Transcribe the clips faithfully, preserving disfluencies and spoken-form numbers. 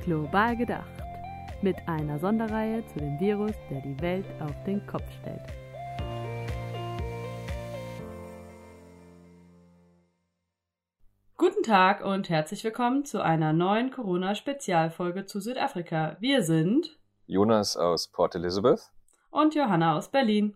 Global gedacht. Mit einer Sonderreihe zu dem Virus, der die Welt auf den Kopf stellt. Guten Tag und herzlich willkommen zu einer neuen Corona-Spezialfolge zu Südafrika. Wir sind Jonas aus Port Elizabeth und Johanna aus Berlin.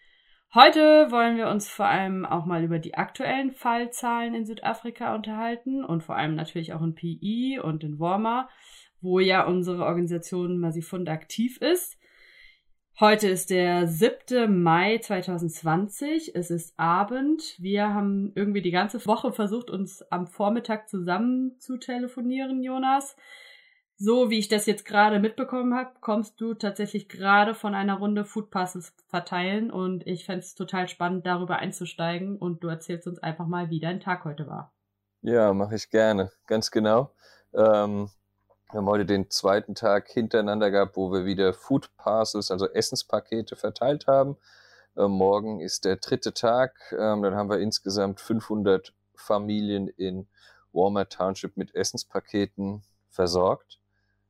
Heute wollen wir uns vor allem auch mal über die aktuellen Fallzahlen in Südafrika unterhalten und vor allem natürlich auch in P I und in Woma, wo ja unsere Organisation Masifund aktiv ist. Heute ist der siebter Mai zweitausendzwanzig. Es ist Abend. Wir haben irgendwie die ganze Woche versucht, uns am Vormittag zusammen zu telefonieren, Jonas. So wie ich das jetzt gerade mitbekommen habe, kommst du tatsächlich gerade von einer Runde Foodpasses verteilen und ich fände es total spannend, darüber einzusteigen und du erzählst uns einfach mal, wie dein Tag heute war. Ja, mache ich gerne, ganz genau. Ähm, wir haben heute den zweiten Tag hintereinander gehabt, wo wir wieder Food Parcels, also Essenspakete verteilt haben. Ähm, morgen ist der dritte Tag, ähm, dann haben wir insgesamt fünfhundert Familien in Woma Township mit Essenspaketen versorgt.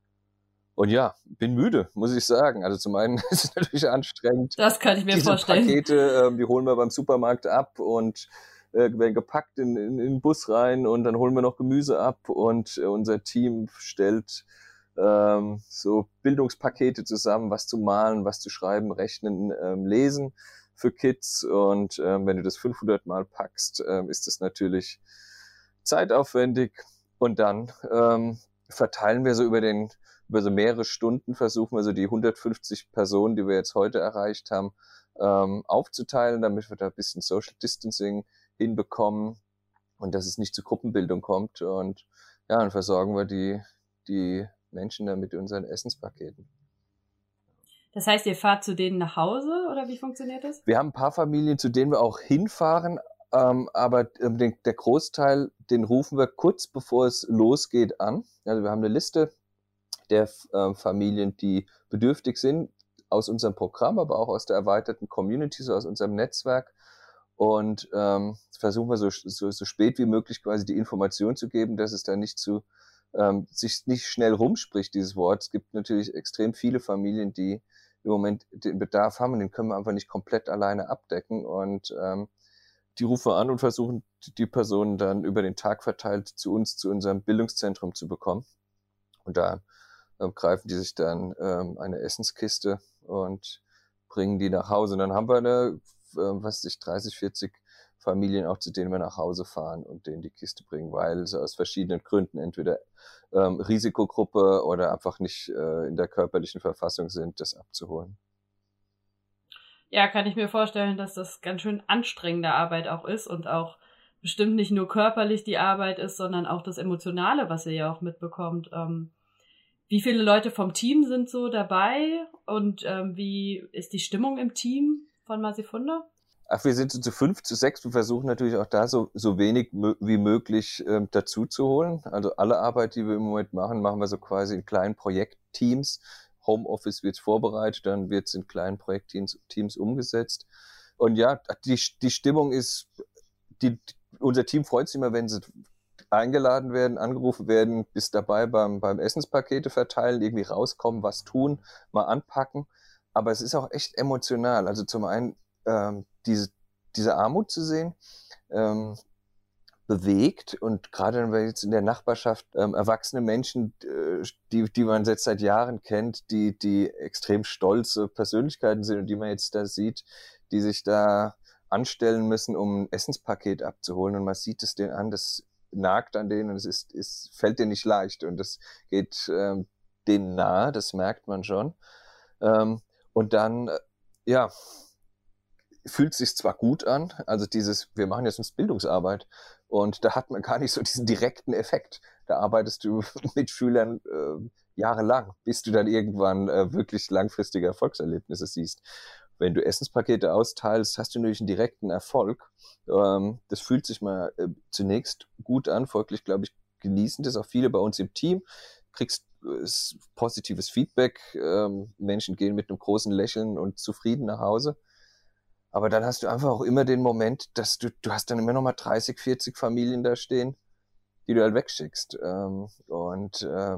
Und ja, bin müde, muss ich sagen. Also zum einen ist es natürlich anstrengend. Das kann ich mir Diese vorstellen. Pakete, ähm, die holen wir beim Supermarkt ab und äh, werden gepackt in, in, in den Bus rein und dann holen wir noch Gemüse ab und äh, unser Team stellt ähm, so Bildungspakete zusammen, was zu malen, was zu schreiben, rechnen, ähm, lesen für Kids. Und ähm, wenn du das fünfhundert Mal packst, ähm, ist das natürlich zeitaufwendig. Und dann ähm, verteilen wir so über den über so mehrere Stunden versuchen wir so die hundertfünfzig Personen, die wir jetzt heute erreicht haben, ähm, aufzuteilen, damit wir da ein bisschen Social Distancing hinbekommen und dass es nicht zu Gruppenbildung kommt. Und ja, dann versorgen wir die, die Menschen dann mit unseren Essenspaketen. Das heißt, ihr fahrt zu denen nach Hause oder wie funktioniert das? Wir haben ein paar Familien, zu denen wir auch hinfahren, ähm, aber ähm, den, der Großteil, den rufen wir kurz bevor es losgeht an. Also wir haben eine Liste der äh, Familien, die bedürftig sind, aus unserem Programm, aber auch aus der erweiterten Community, so aus unserem Netzwerk. Und ähm, versuchen wir so, so, so spät wie möglich quasi die Information zu geben, dass es da nicht zu ähm, sich nicht schnell rumspricht, dieses Wort. Es gibt natürlich extrem viele Familien, die im Moment den Bedarf haben und den können wir einfach nicht komplett alleine abdecken. Und ähm, die rufen an und versuchen, die Personen dann über den Tag verteilt zu uns, zu unserem Bildungszentrum zu bekommen. Und da ähm, greifen die sich dann ähm, eine Essenskiste und bringen die nach Hause. Und dann haben wir eine, äh, was weiß ich, dreißig, vierzig Familien auch, zu denen wir nach Hause fahren und denen die Kiste bringen, weil sie aus verschiedenen Gründen entweder ähm, Risikogruppe oder einfach nicht äh, in der körperlichen Verfassung sind, das abzuholen. Ja, kann ich mir vorstellen, dass das ganz schön anstrengende Arbeit auch ist und auch bestimmt nicht nur körperlich die Arbeit ist, sondern auch das Emotionale, was ihr ja auch mitbekommt. Ähm, wie viele Leute vom Team sind so dabei und ähm, wie ist die Stimmung im Team von Masifunda? Ach, wir sind so zu fünf, zu sechs. Wir versuchen natürlich auch da so, so wenig mö- wie möglich ähm, dazu zu holen. Also alle Arbeit, die wir im Moment machen, machen wir so quasi in kleinen Projektteams. Homeoffice wird vorbereitet, dann wird es in kleinen Projektteams Teams umgesetzt. Und ja, die, die Stimmung ist, die, unser Team freut sich immer, wenn sie eingeladen werden, angerufen werden, bist dabei beim, beim Essenspakete verteilen, irgendwie rauskommen, was tun, mal anpacken. Aber es ist auch echt emotional. Also zum einen ähm, diese, diese Armut zu sehen, ähm, bewegt und gerade wenn wir jetzt in der Nachbarschaft ähm, erwachsene Menschen, äh, die, die man jetzt seit Jahren kennt, die, die extrem stolze Persönlichkeiten sind und die man jetzt da sieht, die sich da anstellen müssen, um ein Essenspaket abzuholen und man sieht es denen an, das nagt an denen und es ist, es fällt denen nicht leicht und das geht ähm, denen nahe, das merkt man schon. Ähm, und dann, äh, ja, fühlt sich zwar gut an, also dieses, wir machen jetzt uns Bildungsarbeit und da hat man gar nicht so diesen direkten Effekt. Da arbeitest du mit Schülern äh, jahrelang, bis du dann irgendwann äh, wirklich langfristige Erfolgserlebnisse siehst. Wenn du Essenspakete austeilst, hast du natürlich einen direkten Erfolg. Ähm, das fühlt sich mal äh, zunächst gut an. Folglich, glaube ich, genießen das auch viele bei uns im Team. Kriegst äh, positives Feedback. Ähm, Menschen gehen mit einem großen Lächeln und zufrieden nach Hause. Aber dann hast du einfach auch immer den Moment, dass du, du hast dann immer noch mal dreißig, vierzig Familien da stehen, die du halt wegschickst. Ähm, und ähm,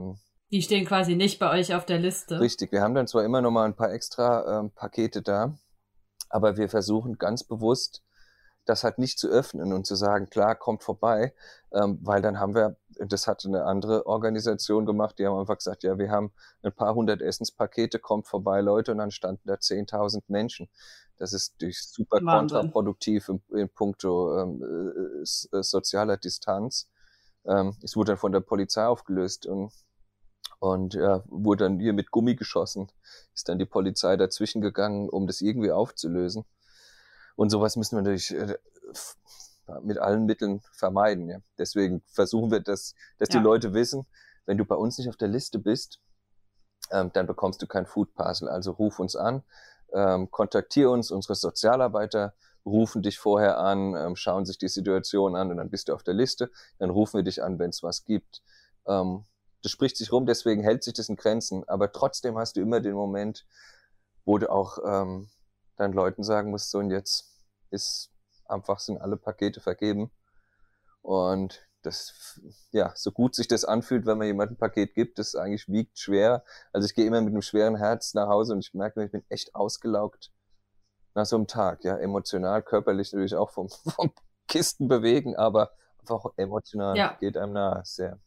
Die stehen quasi nicht bei euch auf der Liste. Richtig, wir haben dann zwar immer noch mal ein paar extra ähm, Pakete da, aber wir versuchen ganz bewusst, das halt nicht zu öffnen und zu sagen, klar, kommt vorbei, ähm, weil dann haben wir, das hat eine andere Organisation gemacht, die haben einfach gesagt, ja, wir haben ein paar hundert Essenspakete, kommt vorbei, Leute, und dann standen da zehntausend Menschen. Das ist durch super Wahnsinn. kontraproduktiv in, in puncto ähm, äh, sozialer Distanz. Ähm, es wurde dann von der Polizei aufgelöst und Und ja, wurde dann hier mit Gummi geschossen. Ist dann die Polizei dazwischen gegangen, um das irgendwie aufzulösen. Und sowas müssen wir natürlich äh, mit allen Mitteln vermeiden. Ja. Deswegen versuchen wir, dass, dass ja. die Leute wissen, wenn du bei uns nicht auf der Liste bist, ähm, dann bekommst du kein Food Parcel. Also ruf uns an, ähm, kontaktier uns, unsere Sozialarbeiter rufen dich vorher an, ähm, schauen sich die Situation an und dann bist du auf der Liste. Dann rufen wir dich an, wenn es was gibt. Ähm, Das spricht sich rum, deswegen hält sich das in Grenzen. Aber trotzdem hast du immer den Moment, wo du auch ähm, deinen Leuten sagen musst, so und jetzt ist einfach, sind alle Pakete vergeben. Und das, ja, so gut sich das anfühlt, wenn man jemandem ein Paket gibt, das eigentlich wiegt schwer. Also ich gehe immer mit einem schweren Herz nach Hause und ich merke, ich bin echt ausgelaugt nach so einem Tag. Ja, emotional, körperlich natürlich auch vom, vom Kisten bewegen, aber einfach emotional ja. geht einem nahe, sehr.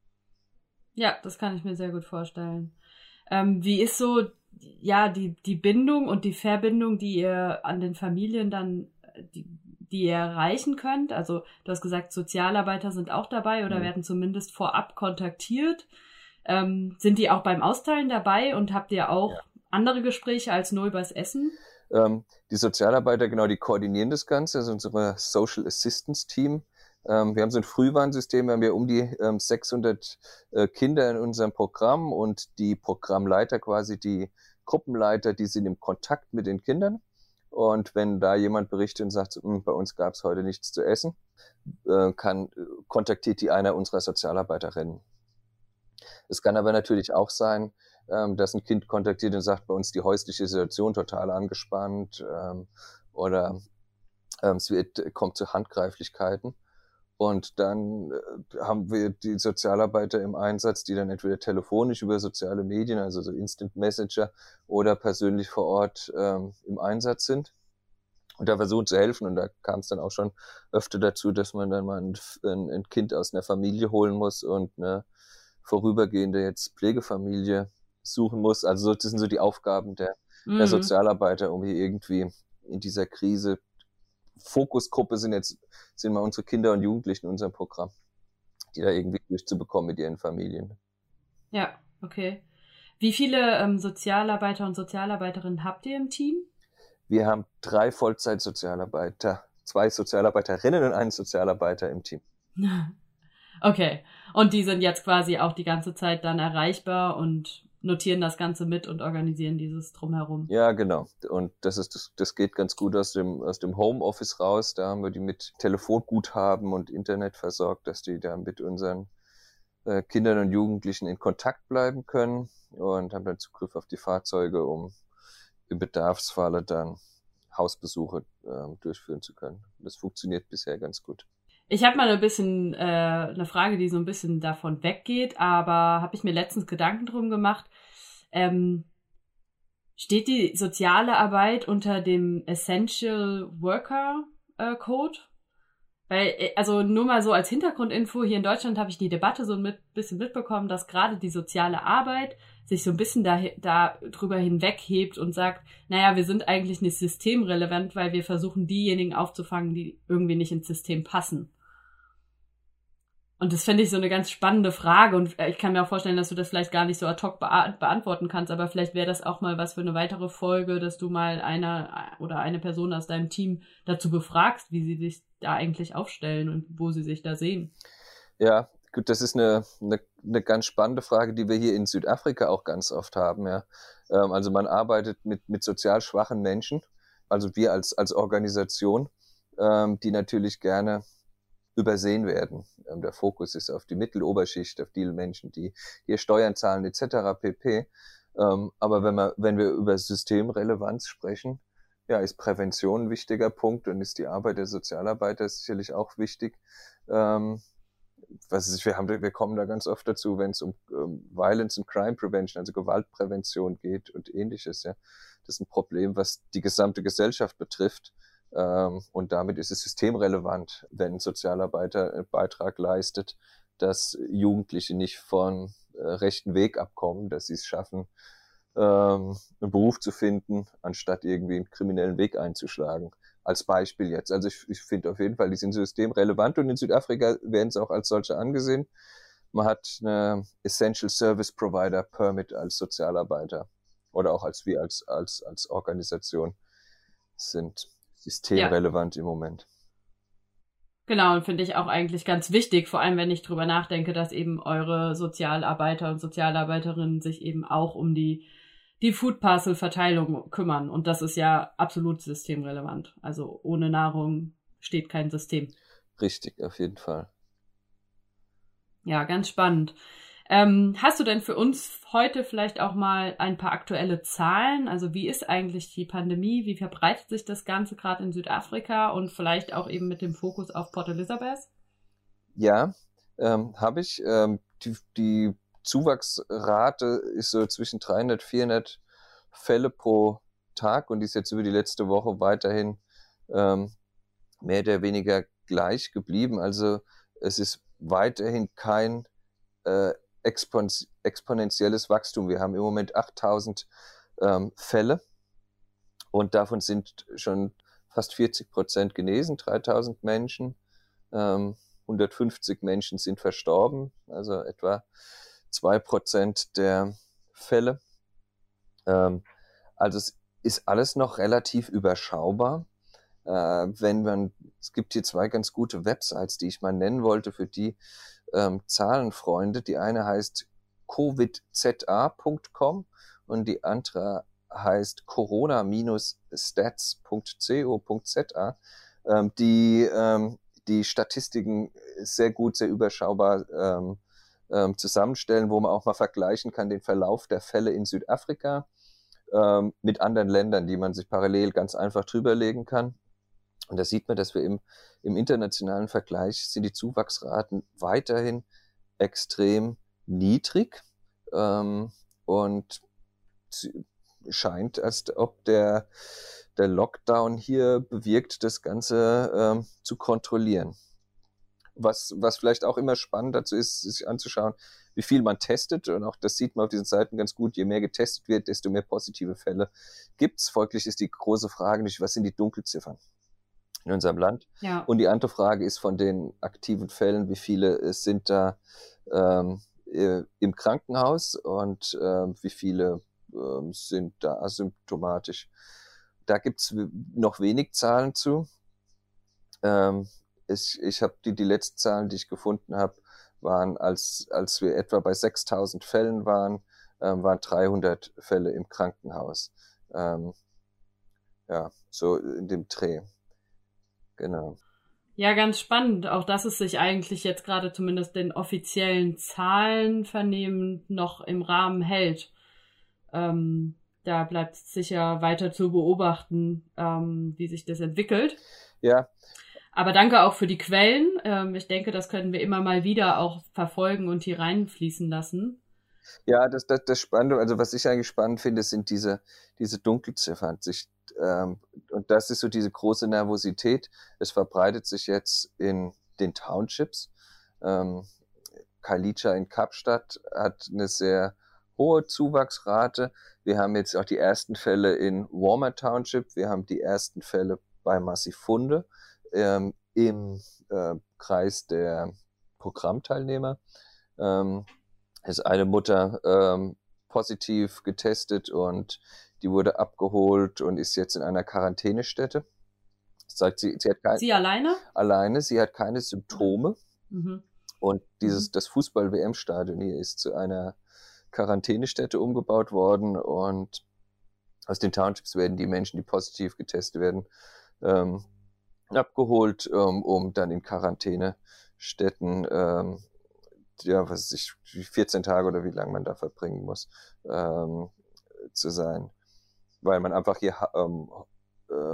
Ja, das kann ich mir sehr gut vorstellen. Ähm, wie ist so, ja, die, die Bindung und die Verbindung, die ihr an den Familien dann, die, die ihr erreichen könnt? Also du hast gesagt, Sozialarbeiter sind auch dabei oder mhm. werden zumindest vorab kontaktiert. Ähm, sind die auch beim Austeilen dabei und habt ihr auch ja. andere Gespräche als nur übers Essen? Ähm, die Sozialarbeiter, genau, die koordinieren das Ganze, also unser Social Assistance Team. Wir haben so ein Frühwarnsystem, wir haben ja um die ähm, sechshundert äh, Kinder in unserem Programm und die Programmleiter, quasi die Gruppenleiter, die sind im Kontakt mit den Kindern. Und wenn da jemand berichtet und sagt, bei uns gab es heute nichts zu essen, äh, kann, kontaktiert die einer unserer Sozialarbeiterinnen. Es kann aber natürlich auch sein, ähm, dass ein Kind kontaktiert und sagt, bei uns die häusliche Situation total angespannt ähm, oder ähm, es wird, kommt zu Handgreiflichkeiten. Und dann äh, haben wir die Sozialarbeiter im Einsatz, die dann entweder telefonisch über soziale Medien, also so Instant Messenger, oder persönlich vor Ort ähm, im Einsatz sind und da versuchen zu helfen. Und da kam es dann auch schon öfter dazu, dass man dann mal ein, ein, ein Kind aus einer Familie holen muss und eine vorübergehende jetzt Pflegefamilie suchen muss. Also das sind so die Aufgaben der, mhm. der Sozialarbeiter, um hier irgendwie in dieser Krise, Fokusgruppe sind jetzt, sind mal unsere Kinder und Jugendlichen in unserem Programm, die da irgendwie durchzubekommen mit ihren Familien. Ja, okay. Wie viele ähm, Sozialarbeiter und Sozialarbeiterinnen habt ihr im Team? Wir haben drei Vollzeit-Sozialarbeiter, zwei Sozialarbeiterinnen und einen Sozialarbeiter im Team. Okay. Und die sind jetzt quasi auch die ganze Zeit dann erreichbar und notieren das Ganze mit und organisieren dieses Drumherum. Ja, genau. Und das ist das, das geht ganz gut aus dem aus dem Homeoffice raus. Da haben wir die mit Telefonguthaben und Internet versorgt, dass die da mit unseren äh, Kindern und Jugendlichen in Kontakt bleiben können und haben dann Zugriff auf die Fahrzeuge, um im Bedarfsfalle dann Hausbesuche äh, durchführen zu können. Das funktioniert bisher ganz gut. Ich habe mal ein bisschen äh, eine Frage, die so ein bisschen davon weggeht, aber habe ich mir letztens Gedanken drum gemacht. Ähm, steht die soziale Arbeit unter dem Essential Worker äh, Code? Weil, also nur mal so als Hintergrundinfo, hier in Deutschland habe ich die Debatte so ein mit, bisschen mitbekommen, dass gerade die soziale Arbeit sich so ein bisschen da, da drüber hinweghebt und sagt, naja, wir sind eigentlich nicht systemrelevant, weil wir versuchen, diejenigen aufzufangen, die irgendwie nicht ins System passen. Und das fände ich so eine ganz spannende Frage und ich kann mir auch vorstellen, dass du das vielleicht gar nicht so ad hoc bea- beantworten kannst, aber vielleicht wäre das auch mal was für eine weitere Folge, dass du mal einer oder eine Person aus deinem Team dazu befragst, wie sie sich da eigentlich aufstellen und wo sie sich da sehen. Ja, gut, das ist eine, eine, eine ganz spannende Frage, die wir hier in Südafrika auch ganz oft haben. Ja. Ähm, also man arbeitet mit, mit sozial schwachen Menschen, also wir als, als Organisation, ähm, die natürlich gerne übersehen werden. Ähm, der Fokus ist auf die Mitteloberschicht, auf die Menschen, die hier Steuern zahlen et cetera pp. Ähm, aber wenn wir, wenn wir über Systemrelevanz sprechen, ja, ist Prävention ein wichtiger Punkt und ist die Arbeit der Sozialarbeiter sicherlich auch wichtig. Ähm, was ist, wir haben, wir kommen da ganz oft dazu, wenn es um ähm, Violence and Crime Prevention, also Gewaltprävention geht und ähnliches, ja. Das ist ein Problem, was die gesamte Gesellschaft betrifft. Ähm, und damit ist es systemrelevant, wenn ein Sozialarbeiter einen Beitrag leistet, dass Jugendliche nicht von äh, rechten Weg abkommen, dass sie es schaffen, ähm, einen Beruf zu finden, anstatt irgendwie einen kriminellen Weg einzuschlagen. Als Beispiel jetzt. Also ich, ich finde auf jeden Fall, die sind systemrelevant und in Südafrika werden sie auch als solche angesehen. Man hat eine Essential Service Provider Permit als Sozialarbeiter oder auch als wir als, als, als Organisation sind systemrelevant ja. Im Moment. Genau, und finde ich auch eigentlich ganz wichtig, vor allem wenn ich drüber nachdenke, dass eben eure Sozialarbeiter und Sozialarbeiterinnen sich eben auch um die die Food-Parcel-Verteilung kümmern. Und das ist ja absolut systemrelevant. Also ohne Nahrung steht kein System. Richtig, auf jeden Fall. Ja, ganz spannend. Ähm, hast du denn für uns heute vielleicht auch mal ein paar aktuelle Zahlen? Also wie ist eigentlich die Pandemie? Wie verbreitet sich das Ganze gerade in Südafrika und vielleicht auch eben mit dem Fokus auf Port Elizabeth? Ja, ähm, habe ich. Ähm, die, die Zuwachsrate ist so zwischen dreihundert, vierhundert Fälle pro Tag und die ist jetzt über die letzte Woche weiterhin ähm, mehr oder weniger gleich geblieben. Also es ist weiterhin kein äh, expon exponentielles Wachstum. Wir haben im Moment achttausend ähm, Fälle und davon sind schon fast vierzig Prozent genesen, dreitausend Menschen. Ähm, hundertfünfzig Menschen sind verstorben, also etwa zwei Prozent der Fälle. Ähm, also es ist alles noch relativ überschaubar. Äh, wenn man, es gibt hier zwei ganz gute Websites, die ich mal nennen wollte für die ähm, Zahlenfreunde. Die eine heißt covid z a punkt com und die andere heißt corona stats punkt co punkt z a. Ähm, die ähm, die Statistiken sehr gut, sehr überschaubar ähm, ähm, zusammenstellen, wo man auch mal vergleichen kann den Verlauf der Fälle in Südafrika ähm, mit anderen Ländern, die man sich parallel ganz einfach drüberlegen kann. Und da sieht man, dass wir im, im internationalen Vergleich sind die Zuwachsraten weiterhin extrem niedrig ähm, und scheint, als ob der, der Lockdown hier bewirkt, das Ganze ähm, zu kontrollieren. Was, was vielleicht auch immer spannend dazu ist, sich anzuschauen, wie viel man testet. Und auch das sieht man auf diesen Seiten ganz gut. Je mehr getestet wird, desto mehr positive Fälle gibt's. Folglich ist die große Frage nicht, was sind die Dunkelziffern in unserem Land? Ja. Und die andere Frage ist von den aktiven Fällen, wie viele sind da ähm, im Krankenhaus und äh, wie viele äh, sind da asymptomatisch. Da gibt's noch wenig Zahlen zu. Ähm, ich ich habe die, die letzten Zahlen, die ich gefunden habe, waren, als, als wir etwa bei sechstausend Fällen waren, ähm, waren dreihundert Fälle im Krankenhaus. Ähm, ja, so in dem Dreh. Genau. Ja, ganz spannend. Auch dass es sich eigentlich jetzt gerade zumindest den offiziellen Zahlen vernehmend noch im Rahmen hält. Ähm, da bleibt es sicher weiter zu beobachten, ähm, wie sich das entwickelt. Ja. Aber danke auch für die Quellen. Ähm, ich denke, das können wir immer mal wieder auch verfolgen und hier reinfließen lassen. Ja, das, das, das Spannende, also was ich eigentlich spannend finde, sind diese, diese Dunkelziffern. Sich, ähm, und das ist so diese große Nervosität. Es verbreitet sich jetzt in den Townships. Ähm, Khayelitsha in Kapstadt hat eine sehr hohe Zuwachsrate. Wir haben jetzt auch die ersten Fälle in Walmer Township. Wir haben die ersten Fälle bei Masifunde ähm, im äh, Kreis der Programmteilnehmer. Ähm, ist eine Mutter ähm, positiv getestet und die wurde abgeholt und ist jetzt in einer Quarantänestätte. Das sagt sie, sie hat kein, sie alleine? Alleine, sie hat keine Symptome. Mhm. Und dieses, mhm. das Fußball-W M-Stadion hier ist zu einer Quarantänestätte umgebaut worden und aus den Townships werden die Menschen, die positiv getestet werden, ähm, abgeholt, ähm, um dann in Quarantänestätten ähm, ja, was weiß ich, vierzehn Tage oder wie lange man da verbringen muss, ähm, zu sein. Weil man einfach hier ähm, äh,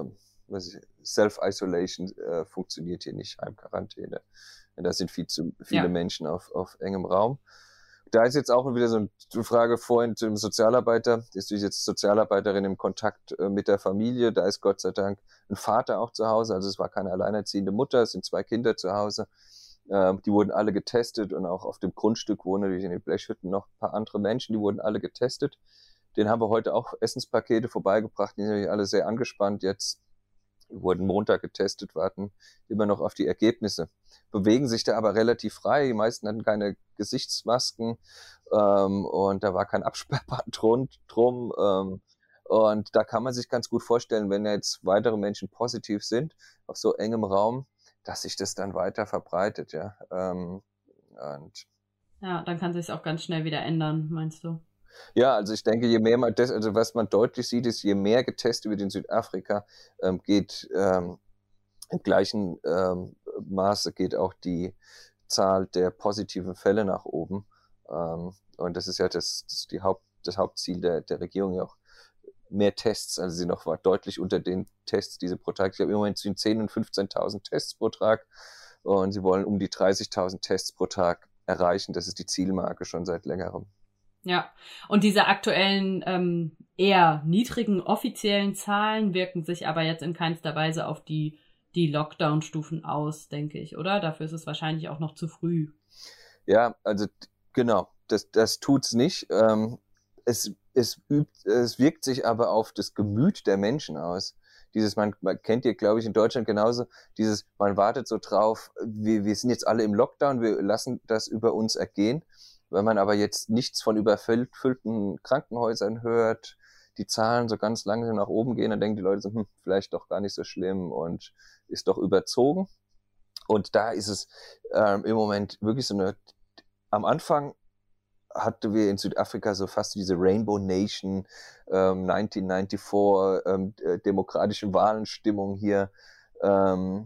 was ich, Self-Isolation äh, funktioniert hier nicht, Heimquarantäne. Da sind viel zu viele ja. Menschen auf, auf engem Raum. Da ist jetzt auch wieder so eine Frage vorhin zum Sozialarbeiter. Ist natürlich jetzt Sozialarbeiterin im Kontakt äh, mit der Familie. Da ist Gott sei Dank ein Vater auch zu Hause. Also es war keine alleinerziehende Mutter, es sind zwei Kinder zu Hause. Äh, die wurden alle getestet und auch auf dem Grundstück wohnen natürlich in den Blechhütten noch ein paar andere Menschen, die wurden alle getestet. Den haben wir heute auch Essenspakete vorbeigebracht. Die sind natürlich alle sehr angespannt jetzt. Die wurden Montag getestet, warten immer noch auf die Ergebnisse. Bewegen sich da aber relativ frei. Die meisten hatten keine Gesichtsmasken ähm, und da war kein Absperrband drum. drum ähm, und da kann man sich ganz gut vorstellen, wenn jetzt weitere Menschen positiv sind, auf so engem Raum, dass sich das dann weiter verbreitet. Ja, ähm, und ja, dann kann sich es auch ganz schnell wieder ändern, meinst du? Ja, also ich denke, je mehr man das, also was man deutlich sieht, ist, je mehr getestet wird in Südafrika, ähm, geht ähm, im gleichen ähm, Maße geht auch die Zahl der positiven Fälle nach oben. Ähm, und das ist ja das, das, die Haupt, das Hauptziel der, der Regierung ja auch. Mehr Tests, also sie noch war deutlich unter den Tests, diese pro Tag. Ich glaube, im Moment sind zehntausend und fünfzehntausend Tests pro Tag und sie wollen um die dreißigtausend Tests pro Tag erreichen. Das ist die Zielmarke schon seit längerem. Ja, und diese aktuellen ähm, eher niedrigen offiziellen Zahlen wirken sich aber jetzt in keinster Weise auf die, die Lockdown-Stufen aus, denke ich, oder? Dafür ist es wahrscheinlich auch noch zu früh. Ja, also genau, das, das tut's nicht. Ähm, es, es, übt, es wirkt sich aber auf das Gemüt der Menschen aus. Dieses, man, man kennt ihr, glaube ich, in Deutschland genauso, dieses, man wartet so drauf, wir, wir sind jetzt alle im Lockdown, wir lassen das über uns ergehen. Wenn man aber jetzt nichts von überfüllten Krankenhäusern hört, die Zahlen so ganz langsam nach oben gehen, dann denken die Leute so, hm, vielleicht doch gar nicht so schlimm und ist doch überzogen. Und da ist es ähm, im Moment wirklich so eine, am Anfang hatten wir in Südafrika so fast diese Rainbow Nation, ähm, neunzehnhundertvierundneunzig, ähm, demokratische Wahlenstimmung hier, ähm,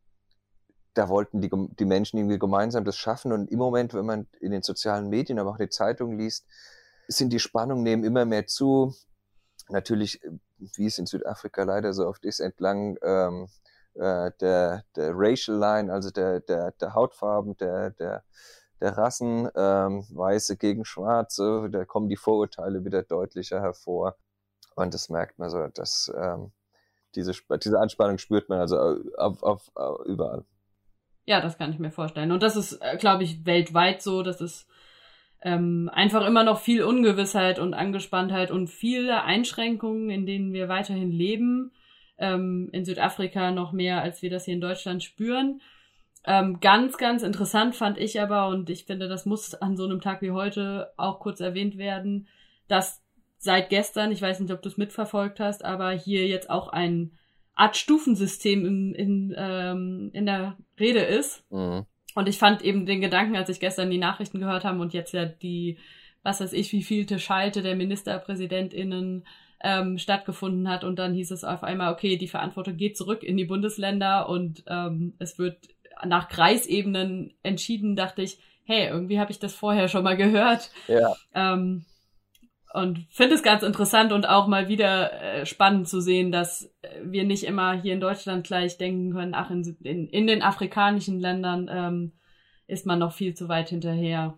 da wollten die, die Menschen irgendwie gemeinsam das schaffen. Und im Moment, wenn man in den sozialen Medien, aber auch in den Zeitungen liest, sind die Spannungen nehmen immer mehr zu. Natürlich, wie es in Südafrika leider so oft ist, entlang ähm, äh, der, der Racial Line, also der, der, der Hautfarben, der, der, der Rassen, ähm, Weiße gegen Schwarze, da kommen die Vorurteile wieder deutlicher hervor. Und das merkt man so, dass ähm, diese, diese Anspannung spürt man also auf, auf, auf, überall. Ja, das kann ich mir vorstellen. Und das ist, glaube ich, weltweit so. Das ist ähm, einfach immer noch viel Ungewissheit und Angespanntheit und viele Einschränkungen, in denen wir weiterhin leben. Ähm, in Südafrika noch mehr, als wir das hier in Deutschland spüren. Ähm, ganz, ganz interessant fand ich aber, und ich finde, das muss an so einem Tag wie heute auch kurz erwähnt werden, dass seit gestern, ich weiß nicht, ob du es mitverfolgt hast, aber hier jetzt auch ein Art Stufensystem in, in, ähm, in der Rede ist. Mhm. Und ich fand eben den Gedanken, als ich gestern die Nachrichten gehört habe und jetzt ja die, was weiß ich, wie vielte Schalte der MinisterpräsidentInnen ähm, stattgefunden hat und dann hieß es auf einmal, okay, die Verantwortung geht zurück in die Bundesländer und ähm, es wird nach Kreisebenen entschieden, dachte ich, hey, irgendwie habe ich das vorher schon mal gehört. Ja. Ähm, Und finde es ganz interessant und auch mal wieder äh, spannend zu sehen, dass wir nicht immer hier in Deutschland gleich denken können, ach, in, in, in den afrikanischen Ländern ähm, ist man noch viel zu weit hinterher.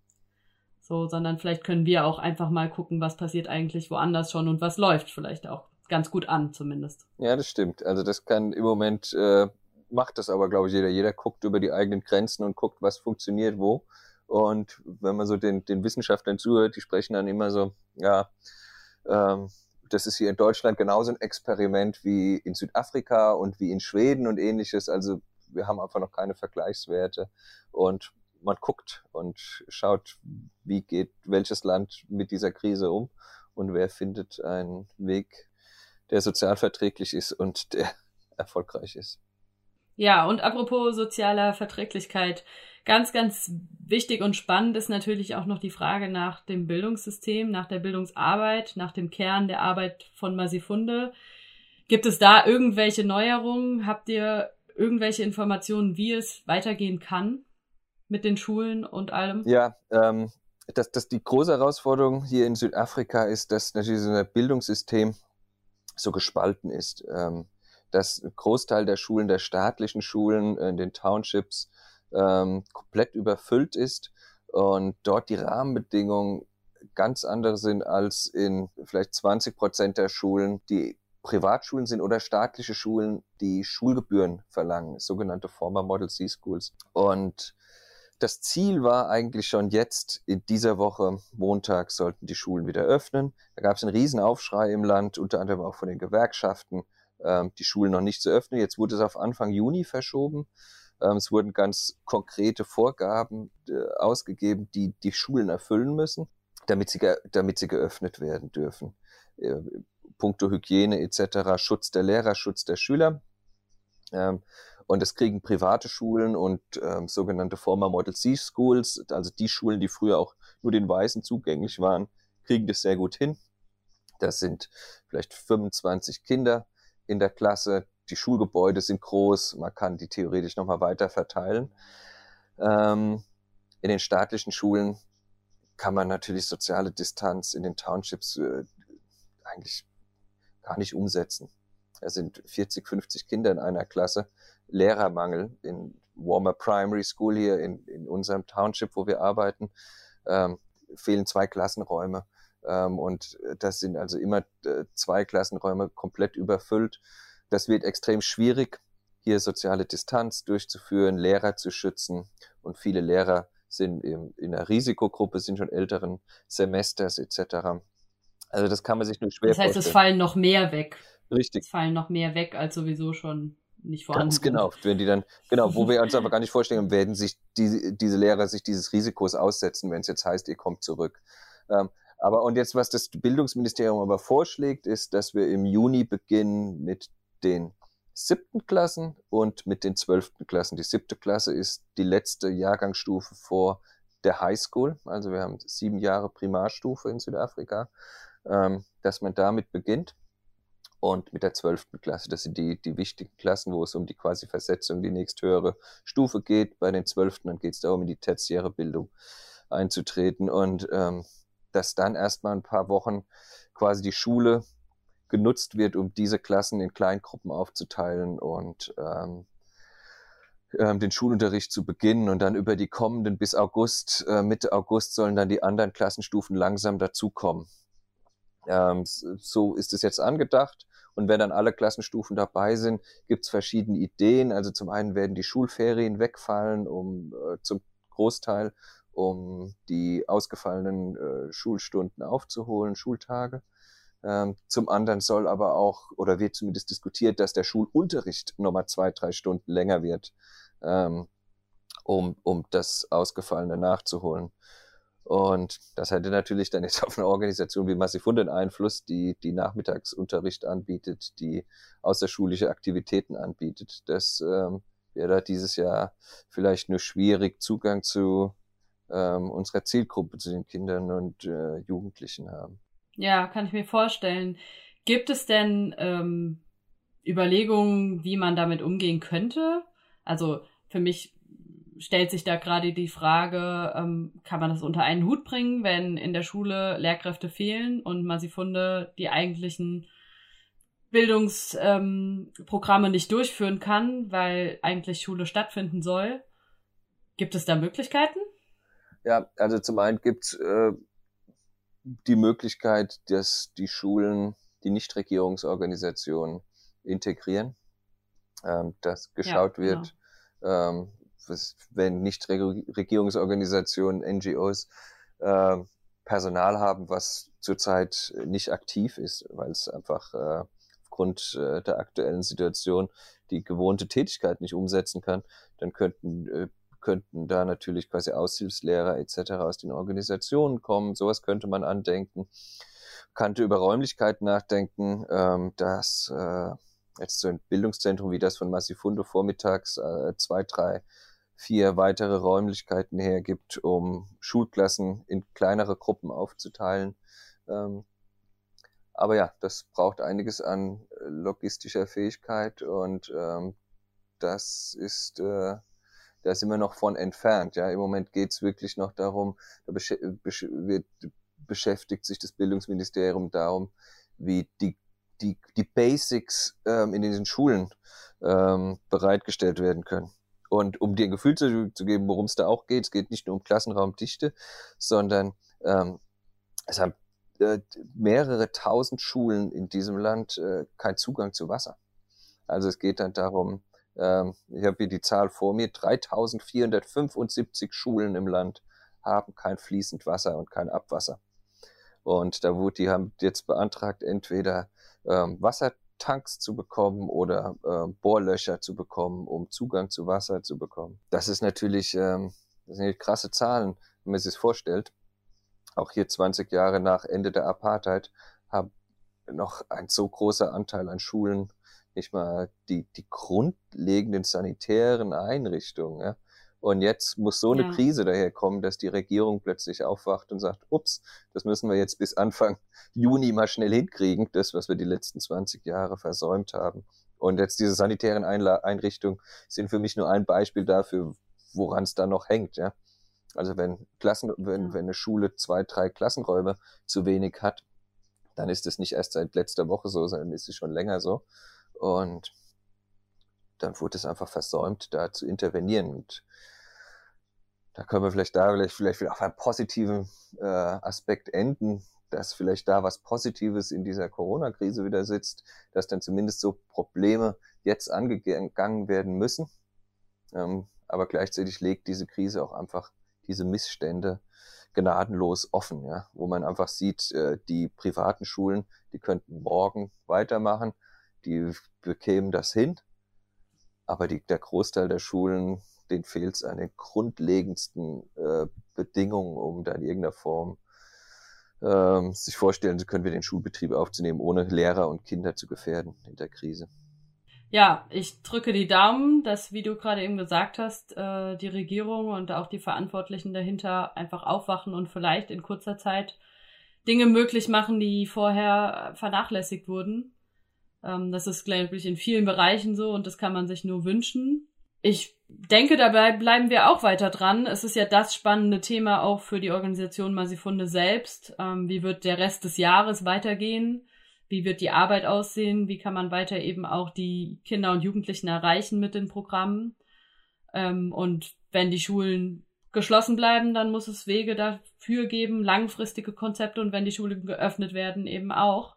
So, sondern vielleicht können wir auch einfach mal gucken, was passiert eigentlich woanders schon und was läuft vielleicht auch ganz gut an zumindest. Ja, das stimmt. Also das kann im Moment, äh, macht das aber, glaube ich, jeder. Jeder guckt über die eigenen Grenzen und guckt, was funktioniert wo. Und wenn man so den, den Wissenschaftlern zuhört, die sprechen dann immer so, ja, ähm, das ist hier in Deutschland genauso ein Experiment wie in Südafrika und wie in Schweden und ähnliches. Also wir haben einfach noch keine Vergleichswerte und man guckt und schaut, wie geht welches Land mit dieser Krise um und wer findet einen Weg, der sozial verträglich ist und der erfolgreich ist. Ja, und apropos sozialer Verträglichkeit, ganz, ganz wichtig und spannend ist natürlich auch noch die Frage nach dem Bildungssystem, nach der Bildungsarbeit, nach dem Kern der Arbeit von Masifunde. Gibt es da irgendwelche Neuerungen? Habt ihr irgendwelche Informationen, wie es weitergehen kann mit den Schulen und allem? Ja, ähm, das, das die große Herausforderung hier in Südafrika ist, dass natürlich so ein Bildungssystem so gespalten ist. Ähm, dass ein Großteil der Schulen, der staatlichen Schulen in den Townships ähm, komplett überfüllt ist und dort die Rahmenbedingungen ganz andere sind als in vielleicht zwanzig Prozent der Schulen, die Privatschulen sind oder staatliche Schulen, die Schulgebühren verlangen, sogenannte Former Model C Schools. Und das Ziel war eigentlich schon jetzt, in dieser Woche, Montag, sollten die Schulen wieder öffnen. Da gab es einen riesen Aufschrei im Land, unter anderem auch von den Gewerkschaften, ähm, die Schulen noch nicht zu öffnen. Jetzt wurde es auf Anfang Juni verschoben. Ähm, es wurden ganz konkrete Vorgaben äh, ausgegeben, die die Schulen erfüllen müssen, damit sie, damit sie geöffnet werden dürfen. Äh, Punkto Hygiene et cetera, Schutz der Lehrer, Schutz der Schüler. Ähm, und das kriegen private Schulen und ähm, sogenannte Former Model C Schools, also die Schulen, die früher auch nur den Weißen zugänglich waren, kriegen das sehr gut hin. Das sind vielleicht fünfundzwanzig Kinder in der Klasse. Die Schulgebäude sind groß, man kann die theoretisch nochmal weiter verteilen. Ähm, in den staatlichen Schulen kann man natürlich soziale Distanz in den Townships äh, eigentlich gar nicht umsetzen. Da sind vierzig, fünfzig Kinder in einer Klasse. Lehrermangel in Warmer Primary School hier in, in unserem Township, wo wir arbeiten, ähm, fehlen zwei Klassenräume. Ähm, und das sind also immer äh, zwei Klassenräume komplett überfüllt. Das wird extrem schwierig, hier soziale Distanz durchzuführen, Lehrer zu schützen. Und viele Lehrer sind in, in einer Risikogruppe, sind schon älteren Semesters et cetera. Also das kann man sich nur schwer vorstellen. Das heißt, es fallen noch mehr weg. Richtig. Es fallen noch mehr weg, als sowieso schon nicht vorhanden sind. Ganz genau, wenn die dann, genau, wo wir uns aber gar nicht vorstellen, werden sich die, diese Lehrer sich dieses Risikos aussetzen, wenn es jetzt heißt, ihr kommt zurück. Ähm, aber und jetzt, was das Bildungsministerium aber vorschlägt, ist, dass wir im Juni beginnen mit den siebten Klassen und mit den zwölften Klassen. Die siebte Klasse ist die letzte Jahrgangsstufe vor der Highschool. Also wir haben sieben Jahre Primarstufe in Südafrika, ähm, dass man damit beginnt. Und mit der zwölften Klasse, das sind die, die wichtigen Klassen, wo es um die quasi Versetzung, die nächsthöhere Stufe geht. Bei den zwölften dann geht es darum, in die tertiäre Bildung einzutreten. Und ähm, dass dann erstmal ein paar Wochen quasi die Schule genutzt wird, um diese Klassen in Kleingruppen aufzuteilen und ähm, ähm, den Schulunterricht zu beginnen. Und dann über die kommenden bis August, äh, Mitte August sollen dann die anderen Klassenstufen langsam dazukommen. Ähm, so ist es jetzt angedacht. Und wenn dann alle Klassenstufen dabei sind, gibt es verschiedene Ideen. Also zum einen werden die Schulferien wegfallen, um äh, zum Großteil, um die ausgefallenen äh, Schulstunden aufzuholen, Schultage. Ähm, zum anderen soll aber auch, oder wird zumindest diskutiert, dass der Schulunterricht nochmal zwei, drei Stunden länger wird, ähm, um, um das Ausgefallene nachzuholen. Und das hätte natürlich dann jetzt auf eine Organisation wie Massifunde einen Einfluss, die die Nachmittagsunterricht anbietet, die außerschulische Aktivitäten anbietet. Das ähm, wäre da dieses Jahr vielleicht nur schwierig, Zugang zu ähm, unserer Zielgruppe, zu den Kindern und äh, Jugendlichen haben. Ja, kann ich mir vorstellen. Gibt es denn ähm, Überlegungen, wie man damit umgehen könnte? Also für mich stellt sich da gerade die Frage, ähm, kann man das unter einen Hut bringen, wenn in der Schule Lehrkräfte fehlen und Massifunde die eigentlichen Bildungsprogramme ähm, nicht durchführen kann, weil eigentlich Schule stattfinden soll? Gibt es da Möglichkeiten? Ja, also zum einen gibt es äh, die Möglichkeit, dass die Schulen die Nichtregierungsorganisationen integrieren, ähm, dass geschaut ja, genau. wird, ähm, wenn Nichtregierungsorganisationen, N G Os, äh, Personal haben, was zurzeit nicht aktiv ist, weil es einfach äh, aufgrund äh, der aktuellen Situation die gewohnte Tätigkeit nicht umsetzen kann, dann könnten äh, könnten da natürlich quasi Aushilfslehrer et cetera aus den Organisationen kommen. Sowas könnte man andenken. Könnte über Räumlichkeiten nachdenken, ähm, dass äh, jetzt so ein Bildungszentrum wie das von Massifunde vormittags äh, zwei, drei, vier weitere Räumlichkeiten hergibt, um Schulklassen in kleinere Gruppen aufzuteilen. Ähm, aber ja, das braucht einiges an logistischer Fähigkeit und ähm, das ist, äh, da sind wir noch von entfernt. Ja, im Moment geht es wirklich noch darum, da besch- besch- wird, beschäftigt sich das Bildungsministerium darum, wie die die, die Basics ähm, in diesen Schulen ähm, bereitgestellt werden können. Und um dir ein Gefühl zu, zu geben, worum es da auch geht, es geht nicht nur um Klassenraumdichte, sondern ähm, es haben äh, mehrere tausend Schulen in diesem Land äh, keinen Zugang zu Wasser. Also es geht dann darum, ähm, ich habe hier die Zahl vor mir, dreitausendvierhundertfünfundsiebzig Schulen im Land haben kein fließend Wasser und kein Abwasser. Und da wurde, die haben jetzt beantragt, entweder ähm, Wassertanks zu bekommen oder äh, Bohrlöcher zu bekommen, um Zugang zu Wasser zu bekommen. Das ist natürlich, ähm, das sind natürlich krasse Zahlen, wenn man sich das vorstellt. Auch hier zwanzig Jahre nach Ende der Apartheid haben noch ein so großer Anteil an Schulen nicht mal die, die grundlegenden sanitären Einrichtungen. Ja? Und jetzt muss so eine ja. Krise daherkommen, dass die Regierung plötzlich aufwacht und sagt, ups, das müssen wir jetzt bis Anfang Juni mal schnell hinkriegen, das, was wir die letzten zwanzig Jahre versäumt haben. Und jetzt diese sanitären Einla- Einrichtungen sind für mich nur ein Beispiel dafür, woran es da noch hängt. Ja? Also wenn Klassen, wenn, wenn eine Schule zwei, drei Klassenräume zu wenig hat, dann ist das nicht erst seit letzter Woche so, sondern ist es schon länger so. Und dann wurde es einfach versäumt, da zu intervenieren. Und da können wir vielleicht da vielleicht, vielleicht wieder auf einem positiven äh, Aspekt enden, dass vielleicht da was Positives in dieser Corona-Krise wieder sitzt, dass dann zumindest so Probleme jetzt angegangen werden müssen. Ähm, aber gleichzeitig legt diese Krise auch einfach diese Missstände gnadenlos offen, ja, wo man einfach sieht, äh, die privaten Schulen, die könnten morgen weitermachen, die bekämen das hin, aber die, der Großteil der Schulen, denen fehlt es an den grundlegendsten äh, Bedingungen, um da in irgendeiner Form ähm, sich vorstellen zu können, wir den Schulbetrieb aufzunehmen, ohne Lehrer und Kinder zu gefährden in der Krise. Ja, ich drücke die Daumen, dass, wie du gerade eben gesagt hast, äh, die Regierung und auch die Verantwortlichen dahinter einfach aufwachen und vielleicht in kurzer Zeit Dinge möglich machen, die vorher vernachlässigt wurden. Ähm, das ist, glaube ich, in vielen Bereichen so und das kann man sich nur wünschen. Ich denke, dabei bleiben wir auch weiter dran. Es ist ja das spannende Thema auch für die Organisation Masifunde selbst. Ähm, wie wird der Rest des Jahres weitergehen? Wie wird die Arbeit aussehen? Wie kann man weiter eben auch die Kinder und Jugendlichen erreichen mit den Programmen? Ähm, und wenn die Schulen geschlossen bleiben, dann muss es Wege dafür geben, langfristige Konzepte und wenn die Schulen geöffnet werden, eben auch.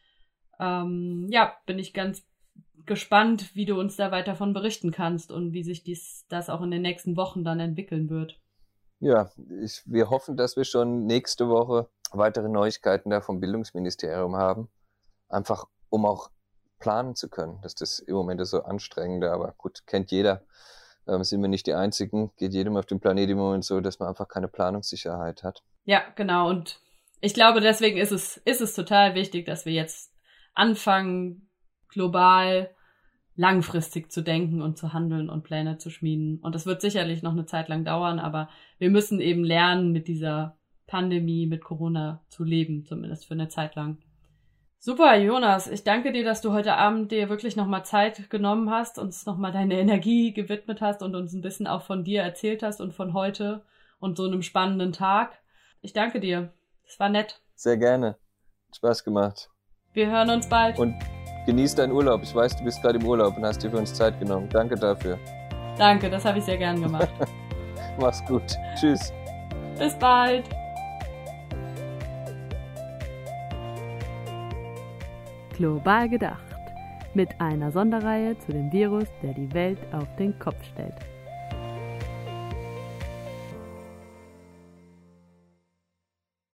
Ähm, ja, bin ich ganz gespannt, wie du uns da weiter von berichten kannst und wie sich dies, das auch in den nächsten Wochen dann entwickeln wird. Ja, ich, wir hoffen, dass wir schon nächste Woche weitere Neuigkeiten da vom Bildungsministerium haben. Einfach, um auch planen zu können. Das ist im Moment so anstrengend, aber gut, kennt jeder. Ähm, sind wir nicht die Einzigen. Geht jedem auf dem Planeten im Moment so, dass man einfach keine Planungssicherheit hat. Ja, genau. Und ich glaube, deswegen ist es, ist es total wichtig, dass wir jetzt anfangen, global langfristig zu denken und zu handeln und Pläne zu schmieden. Und das wird sicherlich noch eine Zeit lang dauern, aber wir müssen eben lernen, mit dieser Pandemie, mit Corona zu leben, zumindest für eine Zeit lang. Super, Jonas. Ich danke dir, dass du heute Abend dir wirklich nochmal Zeit genommen hast, uns nochmal deine Energie gewidmet hast und uns ein bisschen auch von dir erzählt hast und von heute und so einem spannenden Tag. Ich danke dir. Es war nett. Sehr gerne. Hat Spaß gemacht. Wir hören uns bald. Und genieß deinen Urlaub. Ich weiß, du bist gerade im Urlaub und hast dir für uns Zeit genommen. Danke dafür. Danke, das habe ich sehr gern gemacht. Mach's gut. Tschüss. Bis bald. Global gedacht. Mit einer Sonderreihe zu dem Virus, der die Welt auf den Kopf stellt.